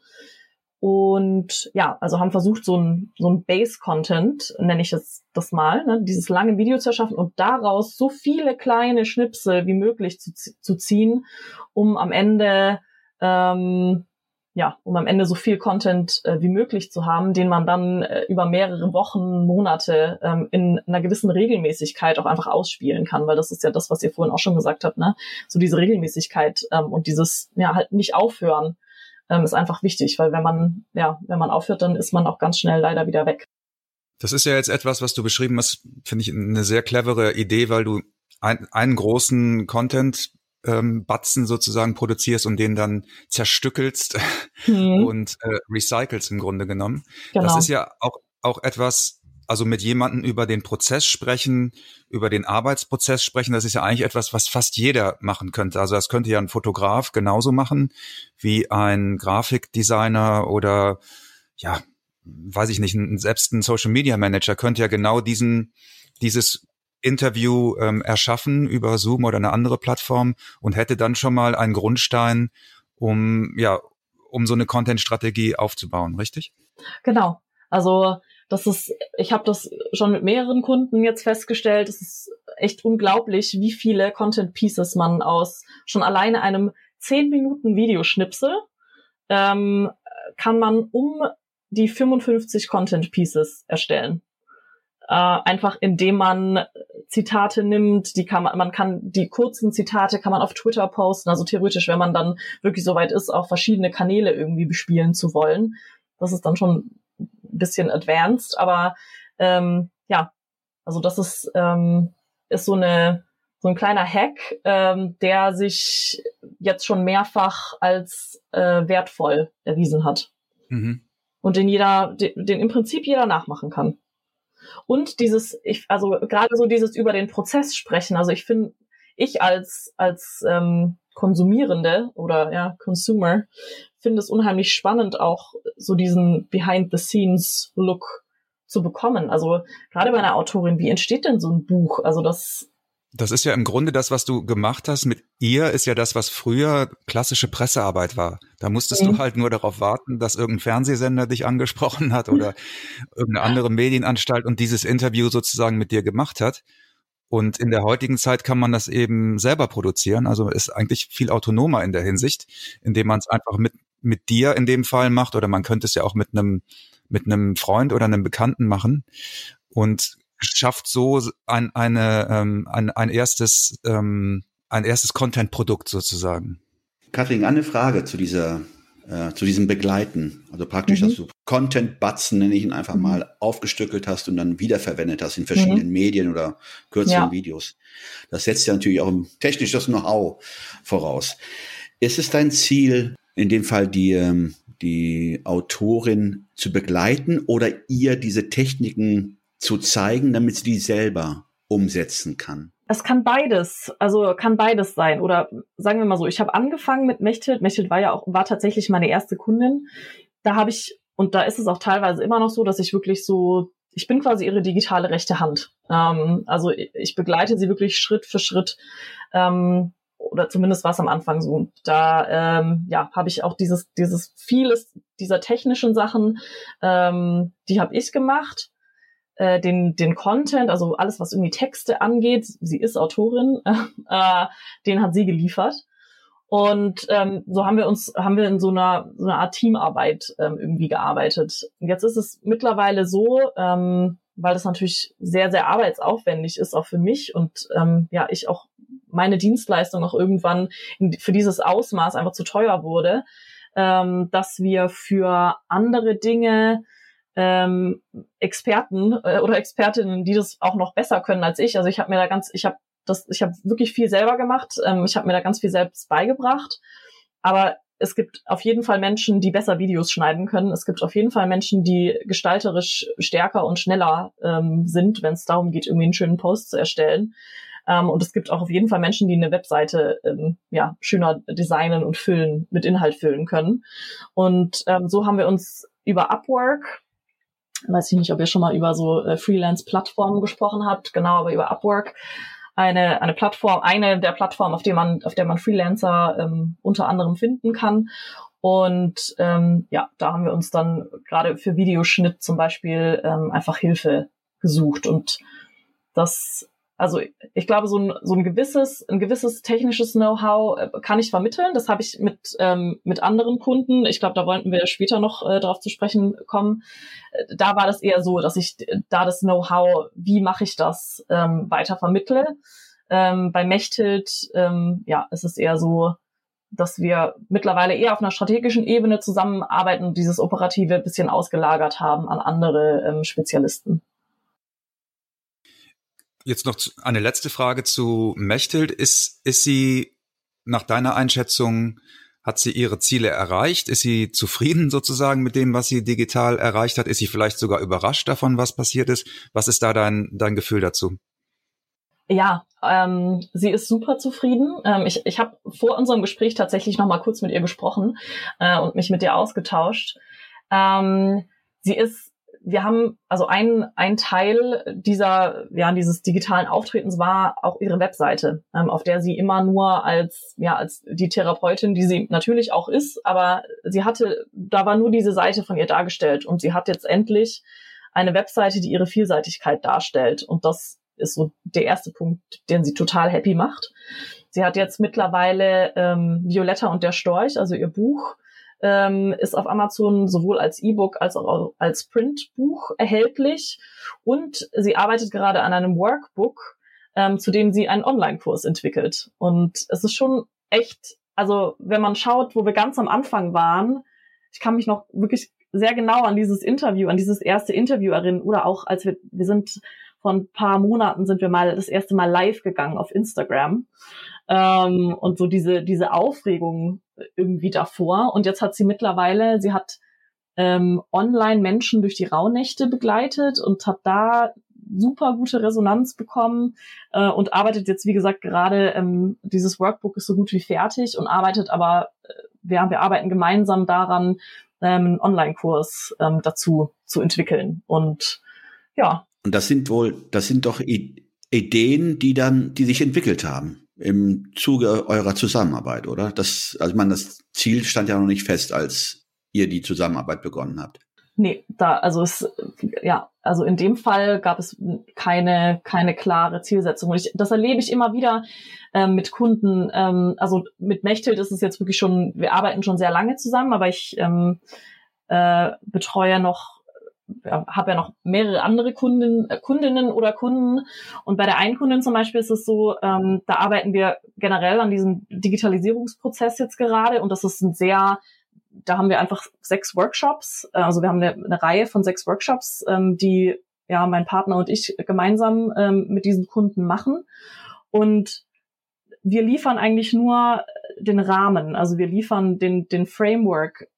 Und ja, also haben versucht, so ein, so ein Base-Content, nenne ich das, das mal, ne, dieses lange Video zu erschaffen und daraus so viele kleine Schnipsel wie möglich zu, zu ziehen, um am Ende, ähm, ja, um am Ende so viel Content äh, wie möglich zu haben, den man dann äh, über mehrere Wochen, Monate ähm, in einer gewissen Regelmäßigkeit auch einfach ausspielen kann, weil das ist ja das, was ihr vorhin auch schon gesagt habt, ne? So diese Regelmäßigkeit ähm, und dieses, ja, halt nicht aufhören ähm, ist einfach wichtig, weil wenn man, ja, wenn man aufhört, dann ist man auch ganz schnell leider wieder weg. Das ist ja jetzt etwas, was du beschrieben hast, finde ich eine sehr clevere Idee, weil du ein, einen großen Content ähm, Batzen sozusagen produzierst und den dann zerstückelst Mhm. und äh, recycelst im Grunde genommen. Genau. Das ist ja auch, auch etwas, also mit jemandem über den Prozess sprechen, über den Arbeitsprozess sprechen, das ist ja eigentlich etwas, was fast jeder machen könnte. Also das könnte ja ein Fotograf genauso machen wie ein Grafikdesigner oder ja, weiß ich nicht, ein, selbst ein Social Media Manager könnte ja genau diesen, dieses Interview ähm, erschaffen über Zoom oder eine andere Plattform und hätte dann schon mal einen Grundstein, um ja, um so eine Content-Strategie aufzubauen, richtig? Genau. Also das ist, ich habe das schon mit mehreren Kunden jetzt festgestellt, es ist echt unglaublich, wie viele Content Pieces man aus schon alleine einem zehn Minuten Videoschnipsel ähm, kann man um die fünfundfünfzig Content Pieces erstellen. Äh, einfach indem man Zitate nimmt, die kann man, man kann die kurzen Zitate kann man auf Twitter posten, also theoretisch, wenn man dann wirklich so weit ist, auch verschiedene Kanäle irgendwie bespielen zu wollen. Das ist dann schon ein bisschen advanced, aber ähm, ja, also das ist ähm, ist so eine so ein kleiner Hack, ähm, der sich jetzt schon mehrfach als äh, wertvoll erwiesen hat. Mhm. Und den jeder, den, den im Prinzip jeder nachmachen kann. Und dieses, ich, also gerade so dieses über den Prozess sprechen. Also ich finde, ich als als ähm, Konsumierende oder ja Consumer finde es unheimlich spannend, auch so diesen Behind-the-Scenes-Look zu bekommen. Also gerade bei einer Autorin, wie entsteht denn so ein Buch? Also das Das ist ja im Grunde das, was du gemacht hast mit ihr, ist ja das, was früher klassische Pressearbeit war. Da musstest Mhm. du halt nur darauf warten, dass irgendein Fernsehsender dich angesprochen hat oder irgendeine andere Medienanstalt und dieses Interview sozusagen mit dir gemacht hat. Und in der heutigen Zeit kann man das eben selber produzieren. Also ist eigentlich viel autonomer in der Hinsicht, indem man es einfach mit mit dir in dem Fall macht, oder man könnte es ja auch mit einem mit einem Freund oder einem Bekannten machen und schafft so ein eine ähm, ein, ein erstes ähm, ein erstes Content-Produkt sozusagen. Katrin, eine Frage zu dieser äh, zu diesem Begleiten. Also praktisch, Mhm. dass du Content-Batzen, nenne ich ihn einfach Mhm. mal, aufgestückelt hast und dann wiederverwendet hast in verschiedenen Mhm. Medien oder kürzeren Ja. Videos. Das setzt ja natürlich auch ein technisches Know-how voraus. Ist es dein Ziel, in dem Fall die, ähm, die Autorin zu begleiten oder ihr diese Techniken zu zeigen, damit sie die selber umsetzen kann? Es kann beides, also kann beides sein. Oder sagen wir mal so, ich habe angefangen mit Mechthild. Mechthild war ja auch, war tatsächlich meine erste Kundin. Da habe ich, und da ist es auch teilweise immer noch so, dass ich wirklich so, ich bin quasi ihre digitale rechte Hand. Ähm, also ich begleite sie wirklich Schritt für Schritt. Ähm, oder zumindest war es am Anfang so. Da ähm, ja, habe ich auch dieses, dieses vieles dieser technischen Sachen, ähm, die habe ich gemacht. Den, den Content, also alles, was irgendwie Texte angeht, sie ist Autorin, äh, den hat sie geliefert. Und ähm, so haben wir uns, haben wir in so einer, so einer Art Teamarbeit ähm, irgendwie gearbeitet. Und jetzt ist es mittlerweile so, ähm, weil das natürlich sehr, sehr arbeitsaufwendig ist, auch für mich und ähm, ja, ich auch meine Dienstleistung auch irgendwann in, für dieses Ausmaß einfach zu teuer wurde, ähm, dass wir für andere Dinge Ähm, Experten äh, oder Expertinnen, die das auch noch besser können als ich. Also ich habe mir da ganz, ich habe das, ich habe wirklich viel selber gemacht. Ähm, ich habe mir da ganz viel selbst beigebracht. Aber es gibt auf jeden Fall Menschen, die besser Videos schneiden können. Es gibt auf jeden Fall Menschen, die gestalterisch stärker und schneller ähm, sind, wenn es darum geht, irgendwie einen schönen Post zu erstellen. Ähm, und es gibt auch auf jeden Fall Menschen, die eine Webseite ähm, ja schöner designen und füllen, mit Inhalt füllen können. Und ähm, so haben wir uns über Upwork, weiß ich nicht, ob ihr schon mal über so äh, Freelance-Plattformen gesprochen habt, genau, aber über Upwork, eine eine Plattform, eine der Plattformen, auf der man auf der man Freelancer ähm, unter anderem finden kann. Und ähm, ja, da haben wir uns dann gerade für Videoschnitt zum Beispiel ähm, einfach Hilfe gesucht. Und das, also ich glaube, so ein so ein gewisses ein gewisses technisches Know-how äh, kann ich vermitteln. Das habe ich mit ähm, mit anderen Kunden. Ich glaube, da wollten wir später noch äh, darauf zu sprechen kommen. Äh, da war das eher so, dass ich da das Know-how, wie mache ich das, ähm, weiter vermittle. Ähm, bei Mechthild, ähm, ja, ist es eher so, dass wir mittlerweile eher auf einer strategischen Ebene zusammenarbeiten und dieses Operative ein bisschen ausgelagert haben an andere ähm, Spezialisten. Jetzt noch eine letzte Frage zu Mechthild. Ist, ist sie nach deiner Einschätzung, hat sie ihre Ziele erreicht? Ist sie zufrieden sozusagen mit dem, was sie digital erreicht hat? Ist sie vielleicht sogar überrascht davon, was passiert ist? Was ist da dein, dein Gefühl dazu? Ja, ähm, sie ist super zufrieden. Ähm, ich ich habe vor unserem Gespräch tatsächlich noch mal kurz mit ihr gesprochen äh, und mich mit ihr ausgetauscht. Ähm, sie ist, wir haben, also ein ein Teil dieser, ja, dieses digitalen Auftretens war auch ihre Webseite, ähm, auf der sie immer nur als, ja, als die Therapeutin, die sie natürlich auch ist, aber sie hatte, da war nur diese Seite von ihr dargestellt und sie hat jetzt endlich eine Webseite, die ihre Vielseitigkeit darstellt, und das ist so der erste Punkt, den sie total happy macht. Sie hat jetzt mittlerweile ähm, Violetta und der Storch, also ihr Buch, ähm, ist auf Amazon sowohl als E-Book als auch als Printbuch erhältlich. Und sie arbeitet gerade an einem Workbook, ähm, zu dem sie einen Online-Kurs entwickelt. Und es ist schon echt, also wenn man schaut, wo wir ganz am Anfang waren, ich kann mich noch wirklich sehr genau an dieses Interview, an dieses erste Interview erinnern, oder auch als wir, wir sind vor ein paar Monaten sind wir mal das erste Mal live gegangen auf Instagram. Ähm, und so diese, diese Aufregung irgendwie davor. Und jetzt hat sie mittlerweile, sie hat ähm, online Menschen durch die Rauhnächte begleitet und hat da super gute Resonanz bekommen äh, und arbeitet jetzt, wie gesagt, gerade, ähm, dieses Workbook ist so gut wie fertig und arbeitet aber, äh, wir, wir arbeiten gemeinsam daran, ähm, einen Online-Kurs ähm, dazu zu entwickeln. Und ja, Und das sind wohl, das sind doch Ideen, die dann, die sich entwickelt haben im Zuge eurer Zusammenarbeit, oder? Das, also ich meine, das Ziel stand ja noch nicht fest, als ihr die Zusammenarbeit begonnen habt. Nee, da, also es, ja, also in dem Fall gab es keine, keine klare Zielsetzung. Und ich, das erlebe ich immer wieder ähm, mit Kunden. Ähm, also mit Mechthild ist es jetzt wirklich schon, wir arbeiten schon sehr lange zusammen, aber ich ähm, äh, betreue noch, habe ja noch mehrere andere Kunden, äh, Kundinnen oder Kunden. Und bei der einen Kundin zum Beispiel ist es so, ähm, da arbeiten wir generell an diesem Digitalisierungsprozess jetzt gerade. Und das ist ein sehr, da haben wir einfach sechs Workshops. Also wir haben eine, eine Reihe von sechs Workshops, ähm, die ja mein Partner und ich gemeinsam ähm, mit diesen Kunden machen. Und wir liefern eigentlich nur den Rahmen. Also wir liefern den, den Framework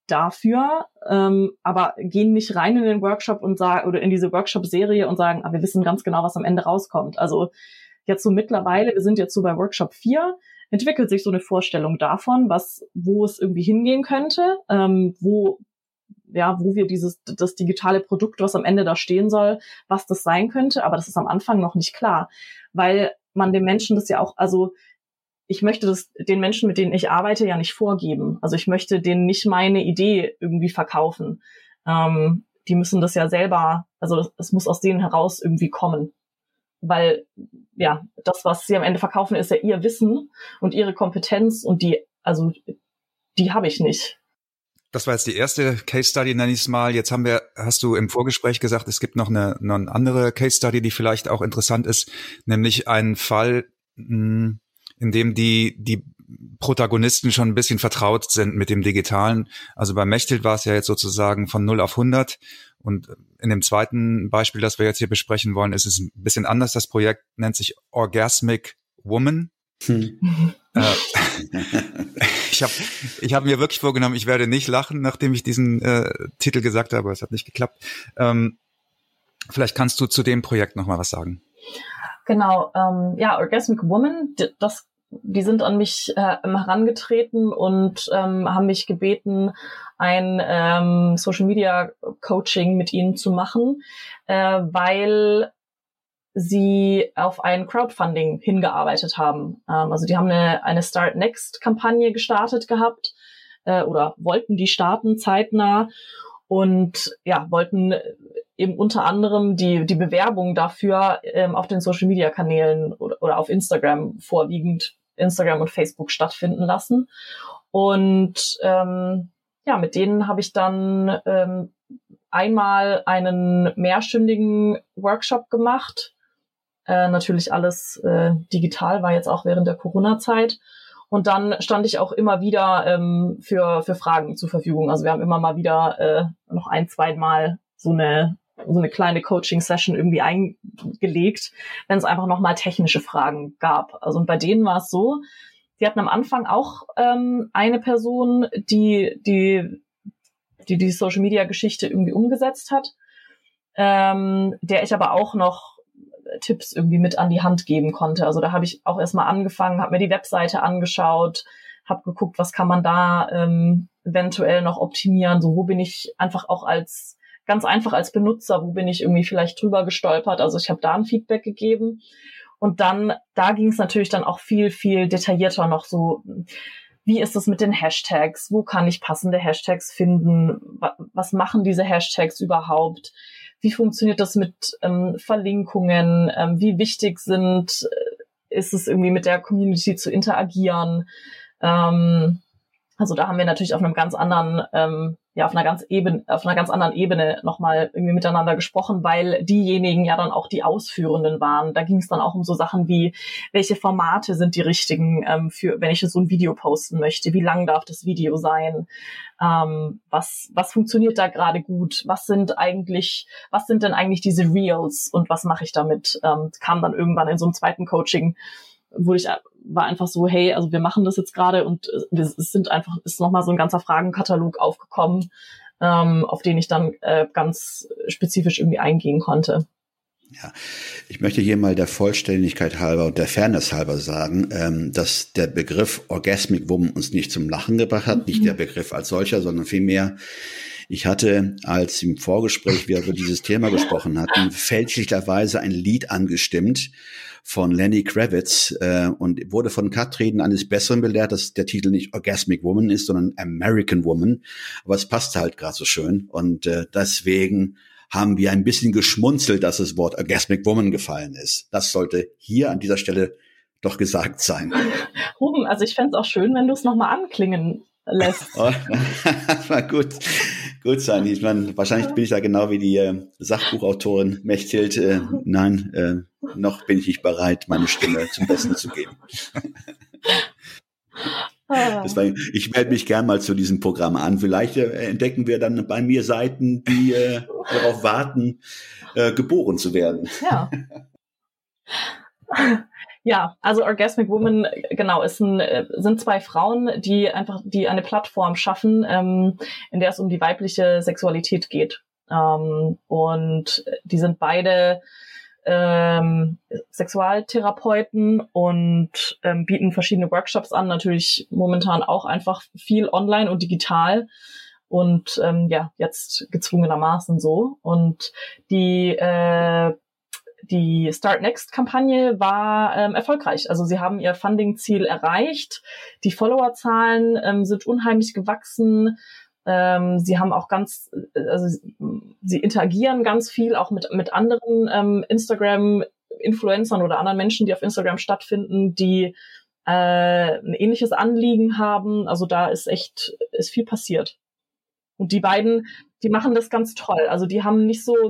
dafür, ähm, aber gehen nicht rein in den Workshop und sagen, oder in diese Workshop-Serie und sagen, ah, wir wissen ganz genau, was am Ende rauskommt. Also jetzt so mittlerweile, wir sind jetzt so bei Workshop vier, entwickelt sich so eine Vorstellung davon, was, wo es irgendwie hingehen könnte, ähm, wo, ja, wo wir dieses, das digitale Produkt, was am Ende da stehen soll, was das sein könnte, aber das ist am Anfang noch nicht klar, weil man den Menschen das ja auch, also ich möchte das den Menschen, mit denen ich arbeite, ja nicht vorgeben. Also ich möchte denen nicht meine Idee irgendwie verkaufen. Ähm, die müssen das ja selber, also es muss aus denen heraus irgendwie kommen. Weil, ja, das, was sie am Ende verkaufen, ist ja ihr Wissen und ihre Kompetenz, und die, also die habe ich nicht. Das war jetzt die erste Case Study, nenne ich es mal. Jetzt haben wir, hast du im Vorgespräch gesagt, es gibt noch eine, noch eine andere Case Study, die vielleicht auch interessant ist, nämlich einen Fall, mh, in dem die die Protagonisten schon ein bisschen vertraut sind mit dem Digitalen. Also bei Mechthild war es ja jetzt sozusagen von null auf hundert. Und in dem zweiten Beispiel, das wir jetzt hier besprechen wollen, ist es ein bisschen anders. Das Projekt nennt sich Orgasmic Woman. Hm. äh, ich habe ich hab mir wirklich vorgenommen, ich werde nicht lachen, nachdem ich diesen äh, Titel gesagt habe, aber es hat nicht geklappt. Ähm, vielleicht kannst du zu dem Projekt noch mal was sagen. Genau, ähm, ja, Orgasmic Woman, das, die sind an mich äh, herangetreten und ähm, haben mich gebeten, ein ähm, Social Media Coaching mit ihnen zu machen, äh, weil sie auf ein Crowdfunding hingearbeitet haben. Ähm, also die haben eine, eine Start Next Kampagne gestartet gehabt äh, oder wollten die starten zeitnah und ja, wollten eben unter anderem die die Bewerbung dafür ähm, auf den Social Media Kanälen oder, oder auf Instagram, vorwiegend Instagram und Facebook, stattfinden lassen. Und ähm, ja, mit denen habe ich dann ähm, einmal einen mehrstündigen Workshop gemacht. Äh, natürlich alles äh, digital, war jetzt auch während der Corona-Zeit. Und dann stand ich auch immer wieder ähm, für für Fragen zur Verfügung. Also wir haben immer mal wieder äh, noch ein, zwei Mal so eine so eine kleine Coaching-Session irgendwie eingelegt, wenn es einfach nochmal technische Fragen gab. Also und bei denen war es so, Sie hatten am Anfang auch ähm, eine Person, die die die die Social-Media-Geschichte irgendwie umgesetzt hat, ähm, der ich aber auch noch Tipps irgendwie mit an die Hand geben konnte. Also da habe ich auch erstmal angefangen, habe mir die Webseite angeschaut, habe geguckt, was kann man da ähm, eventuell noch optimieren. So, wo bin ich einfach auch als, ganz einfach als Benutzer, wo bin ich irgendwie vielleicht drüber gestolpert. Also ich habe da ein Feedback gegeben. Und dann, da ging es natürlich dann auch viel, viel detaillierter noch so, wie ist es mit den Hashtags? Wo kann ich passende Hashtags finden? Was machen diese Hashtags überhaupt? Wie funktioniert das mit ähm, Verlinkungen? Ähm, wie wichtig sind, äh, ist es irgendwie mit der Community zu interagieren? Ähm, also da haben wir natürlich auf einem ganz anderen, ähm, ja, auf einer ganz Ebene, auf einer ganz anderen Ebene nochmal irgendwie miteinander gesprochen, weil diejenigen ja dann auch die Ausführenden waren. Da ging es dann auch um so Sachen wie, welche Formate sind die richtigen, ähm, für, wenn ich so ein Video posten möchte? Wie lang darf das Video sein? Ähm, was, was funktioniert da gerade gut? Was sind eigentlich, was sind denn eigentlich diese Reels und was mache ich damit? Ähm, kam dann irgendwann in so einem zweiten Coaching, wo ich war einfach so, hey, also wir machen das jetzt gerade und es sind einfach, ist nochmal so ein ganzer Fragenkatalog aufgekommen, ähm, auf den ich dann äh, ganz spezifisch irgendwie eingehen konnte. Ja, ich möchte hier mal der Vollständigkeit halber und der Fairness halber sagen, ähm, dass der Begriff Orgasmic Woman uns nicht zum Lachen gebracht hat, mhm. nicht der Begriff als solcher, sondern vielmehr, ich hatte, als im Vorgespräch wir über dieses Thema gesprochen hatten, fälschlicherweise ein Lied angestimmt von Lenny Kravitz äh, und wurde von Katrin eines Besseren belehrt, dass der Titel nicht Orgasmic Woman ist, sondern American Woman. Aber es passt halt gerade so schön und äh, deswegen haben wir ein bisschen geschmunzelt, dass das Wort Orgasmic Woman gefallen ist. Das sollte hier an dieser Stelle doch gesagt sein. Ruben, also ich fände es auch schön, wenn du es nochmal anklingen lässt. Oh, war gut. Gut sein. Ich meine, wahrscheinlich bin ich da genau wie die äh, Sachbuchautorin Mechthild. Äh, nein, äh, noch bin ich nicht bereit, meine Stimme zum Besten zu geben. Deswegen, ich melde mich gern mal zu diesem Programm an. Vielleicht äh, entdecken wir dann bei mir Seiten, die äh, darauf warten, äh, geboren zu werden. Ja. Ja, also Orgasmic Woman, genau, ist ein, sind zwei Frauen, die einfach, die eine Plattform schaffen, ähm, in der es um die weibliche Sexualität geht. Ähm, und die sind beide ähm, Sexualtherapeuten und ähm, bieten verschiedene Workshops an, natürlich momentan auch einfach viel online und digital. Und ähm, ja, jetzt gezwungenermaßen so. Und die äh, Die Start Next-Kampagne war ähm, erfolgreich. Also sie haben ihr Funding-Ziel erreicht. Die Followerzahlen ähm, sind unheimlich gewachsen. Ähm, sie haben auch ganz, also sie interagieren ganz viel auch mit mit anderen ähm, Instagram-Influencern oder anderen Menschen, die auf Instagram stattfinden, die äh, ein ähnliches Anliegen haben. Also da ist echt ist viel passiert. Und die beiden, die machen das ganz toll. Also die haben nicht so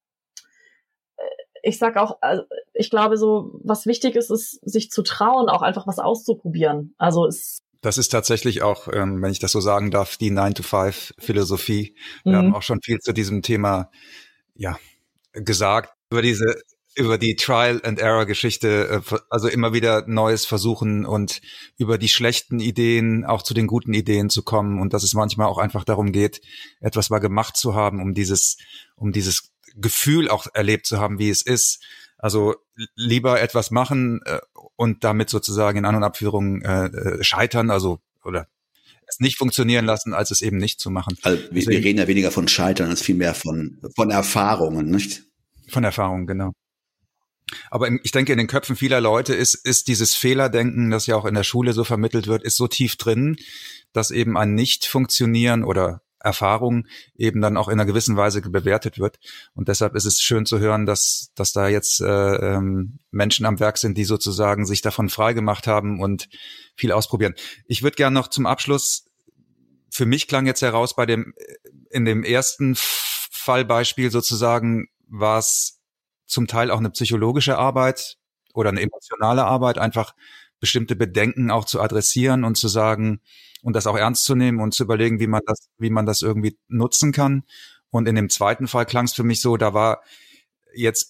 Ich sag auch, ich glaube so, was wichtig ist, ist, sich zu trauen, auch einfach was auszuprobieren. Also es Das ist tatsächlich auch, ähm, wenn ich das so sagen darf, die nine to five Philosophie. Wir mhm. haben auch schon viel zu diesem Thema, ja, gesagt, über diese, über die Trial and Error Geschichte, also immer wieder Neues versuchen und über die schlechten Ideen auch zu den guten Ideen zu kommen und dass es manchmal auch einfach darum geht, etwas mal gemacht zu haben, um dieses, um dieses Gefühl auch erlebt zu haben, wie es ist. Also lieber etwas machen äh, und damit sozusagen in An- und Abführung äh, scheitern, also oder es nicht funktionieren lassen, als es eben nicht zu machen. Also wir, Deswegen, wir reden ja weniger von Scheitern als vielmehr von von Erfahrungen, nicht? Von Erfahrungen, genau. Aber ich denke, in den Köpfen vieler Leute ist ist dieses Fehlerdenken, das ja auch in der Schule so vermittelt wird, ist so tief drin, dass eben ein Nicht-Funktionieren oder Erfahrung eben dann auch in einer gewissen Weise bewertet wird. Und deshalb ist es schön zu hören, dass dass da jetzt äh, ähm, Menschen am Werk sind, die sozusagen sich davon frei gemacht haben und viel ausprobieren. Ich würde gerne noch zum Abschluss, für mich klang jetzt heraus, bei dem in dem ersten Fallbeispiel sozusagen war es zum Teil auch eine psychologische Arbeit oder eine emotionale Arbeit, einfach bestimmte Bedenken auch zu adressieren und zu sagen und das auch ernst zu nehmen und zu überlegen, wie man das, wie man das irgendwie nutzen kann. Und in dem zweiten Fall klang es für mich so, da war jetzt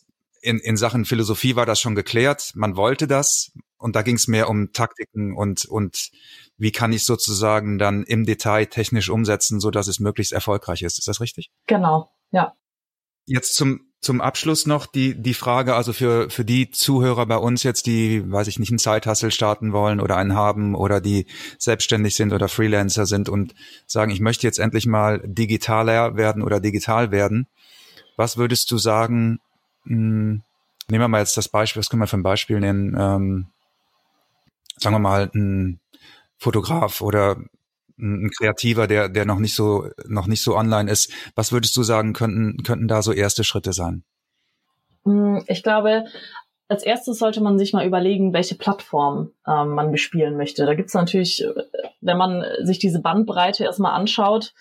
in, in Sachen Philosophie war das schon geklärt, man wollte das und da ging es mehr um Taktiken und, und wie kann ich sozusagen dann im Detail technisch umsetzen, so dass es möglichst erfolgreich ist. Ist das richtig? Genau, ja. Jetzt zum zum Abschluss noch die die Frage, also für für die Zuhörer bei uns jetzt, die, weiß ich nicht, einen Side-Hustle starten wollen oder einen haben oder die selbstständig sind oder Freelancer sind und sagen, ich möchte jetzt endlich mal digitaler werden oder digital werden. Was würdest du sagen, mh, nehmen wir mal jetzt das Beispiel, was können wir für ein Beispiel nennen, ähm, sagen wir mal ein Fotograf oder ein Kreativer, der der noch nicht so noch nicht so online ist. Was würdest du sagen, könnten könnten da so erste Schritte sein? Ich glaube, als erstes sollte man sich mal überlegen, welche Plattform ähm, man bespielen möchte. Da gibt's natürlich, wenn man sich diese Bandbreite erstmal anschaut,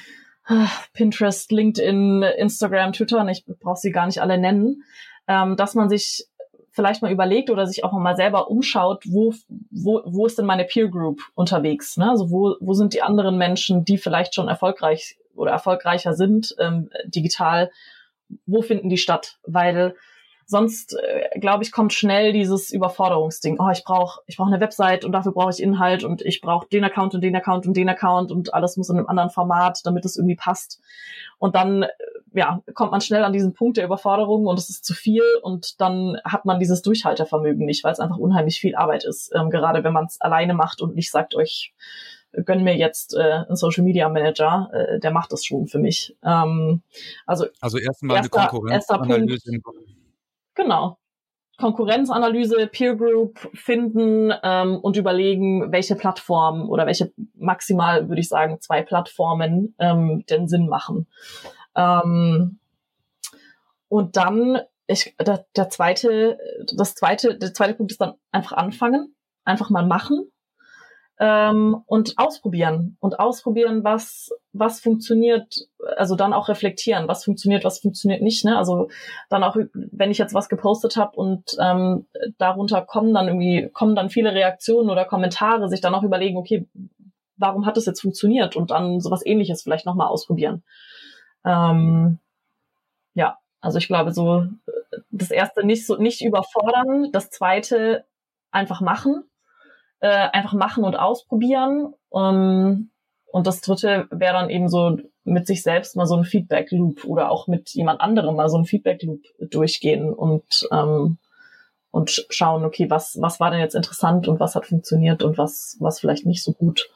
Pinterest, LinkedIn, Instagram, Twitter, und ich brauche sie gar nicht alle nennen, ähm, dass man sich vielleicht mal überlegt oder sich auch mal selber umschaut, wo wo wo ist denn meine Peer Group unterwegs? Ne? Also wo wo sind die anderen Menschen, die vielleicht schon erfolgreich oder erfolgreicher sind ähm, digital? Wo finden die statt? Weil sonst, äh, glaube ich, kommt schnell dieses Überforderungsding. Oh, ich brauche ich brauche eine Website und dafür brauche ich Inhalt und ich brauche den Account und den Account und den Account und alles muss in einem anderen Format, damit es irgendwie passt. Und dann ja, kommt man schnell an diesen Punkt der Überforderung und es ist zu viel und dann hat man dieses Durchhaltevermögen nicht, weil es einfach unheimlich viel Arbeit ist, ähm, gerade wenn man es alleine macht und nicht sagt, euch gönn mir jetzt äh, einen Social Media Manager, äh, der macht das schon für mich. Ähm, also also erstmal eine Konkurrenzanalyse. Genau. Konkurrenzanalyse, Peer Group finden ähm, und überlegen, welche Plattform oder welche maximal, würde ich sagen, zwei Plattformen ähm, denn Sinn machen. Ähm, und dann, ich, der, der zweite, das zweite, der zweite Punkt ist dann einfach anfangen, einfach mal machen ähm, und ausprobieren und ausprobieren, was was funktioniert, also dann auch reflektieren, was funktioniert, was funktioniert nicht, ne? Also dann auch, wenn ich jetzt was gepostet habe und ähm, darunter kommen dann irgendwie kommen dann viele Reaktionen oder Kommentare, sich dann auch überlegen, okay, warum hat das jetzt funktioniert und dann sowas Ähnliches vielleicht nochmal ausprobieren. Ähm, ja, also ich glaube so, das erste nicht so nicht überfordern, das zweite einfach machen, äh, einfach machen und ausprobieren. Um, und das dritte wäre dann eben so mit sich selbst mal so ein Feedback-Loop oder auch mit jemand anderem mal so ein Feedback-Loop durchgehen und ähm, und schauen, okay, was was war denn jetzt interessant und was hat funktioniert und was was vielleicht nicht so gut.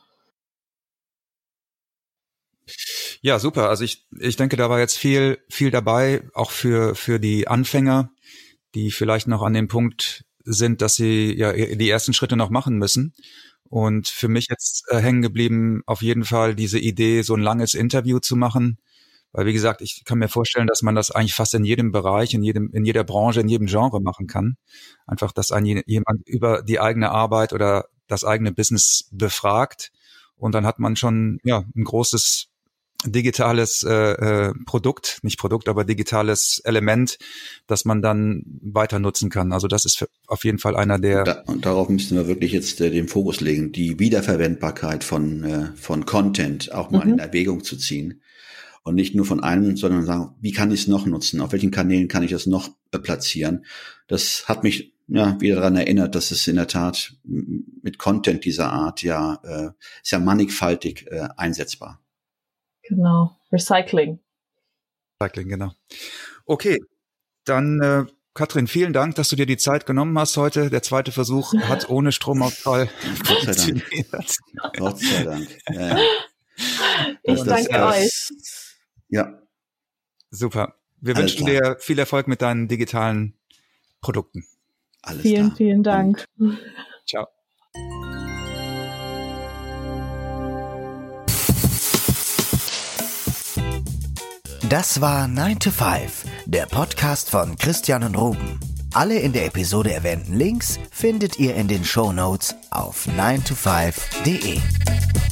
Ja, super. Also ich, ich denke, da war jetzt viel, viel dabei, auch für, für die Anfänger, die vielleicht noch an dem Punkt sind, dass sie ja die ersten Schritte noch machen müssen. Und für mich jetzt äh, hängen geblieben auf jeden Fall diese Idee, so ein langes Interview zu machen. Weil, wie gesagt, ich kann mir vorstellen, dass man das eigentlich fast in jedem Bereich, in jedem, in jeder Branche, in jedem Genre machen kann. Einfach, dass einen jemand über die eigene Arbeit oder das eigene Business befragt. Und dann hat man schon, ja, ein großes digitales äh, äh, Produkt, nicht Produkt, aber digitales Element, das man dann weiter nutzen kann. Also das ist auf jeden Fall einer der... Und, da, und darauf müssen wir wirklich jetzt äh, den Fokus legen, die Wiederverwendbarkeit von äh, von Content auch mal mhm. in Erwägung zu ziehen. Und nicht nur von einem, sondern sagen, wie kann ich es noch nutzen? Auf welchen Kanälen kann ich das noch äh, platzieren? Das hat mich ja wieder daran erinnert, dass es in der Tat mit Content dieser Art ja äh, ist ja mannigfaltig äh, einsetzbar. Genau, Recycling. Recycling, genau. Okay, dann äh, Katrin, vielen Dank, dass du dir die Zeit genommen hast heute. Der zweite Versuch hat ohne Stromausfall funktioniert. Gott sei Dank. Ja, ja. Ich das, danke das, euch. Ja. Super. Wir Alles wünschen klar. dir viel Erfolg mit deinen digitalen Produkten. Alles vielen, klar. vielen Dank. Und ciao. Das war nine to five, der Podcast von Christian und Ruben. Alle in der Episode erwähnten Links findet ihr in den Shownotes auf nine to five punkt de.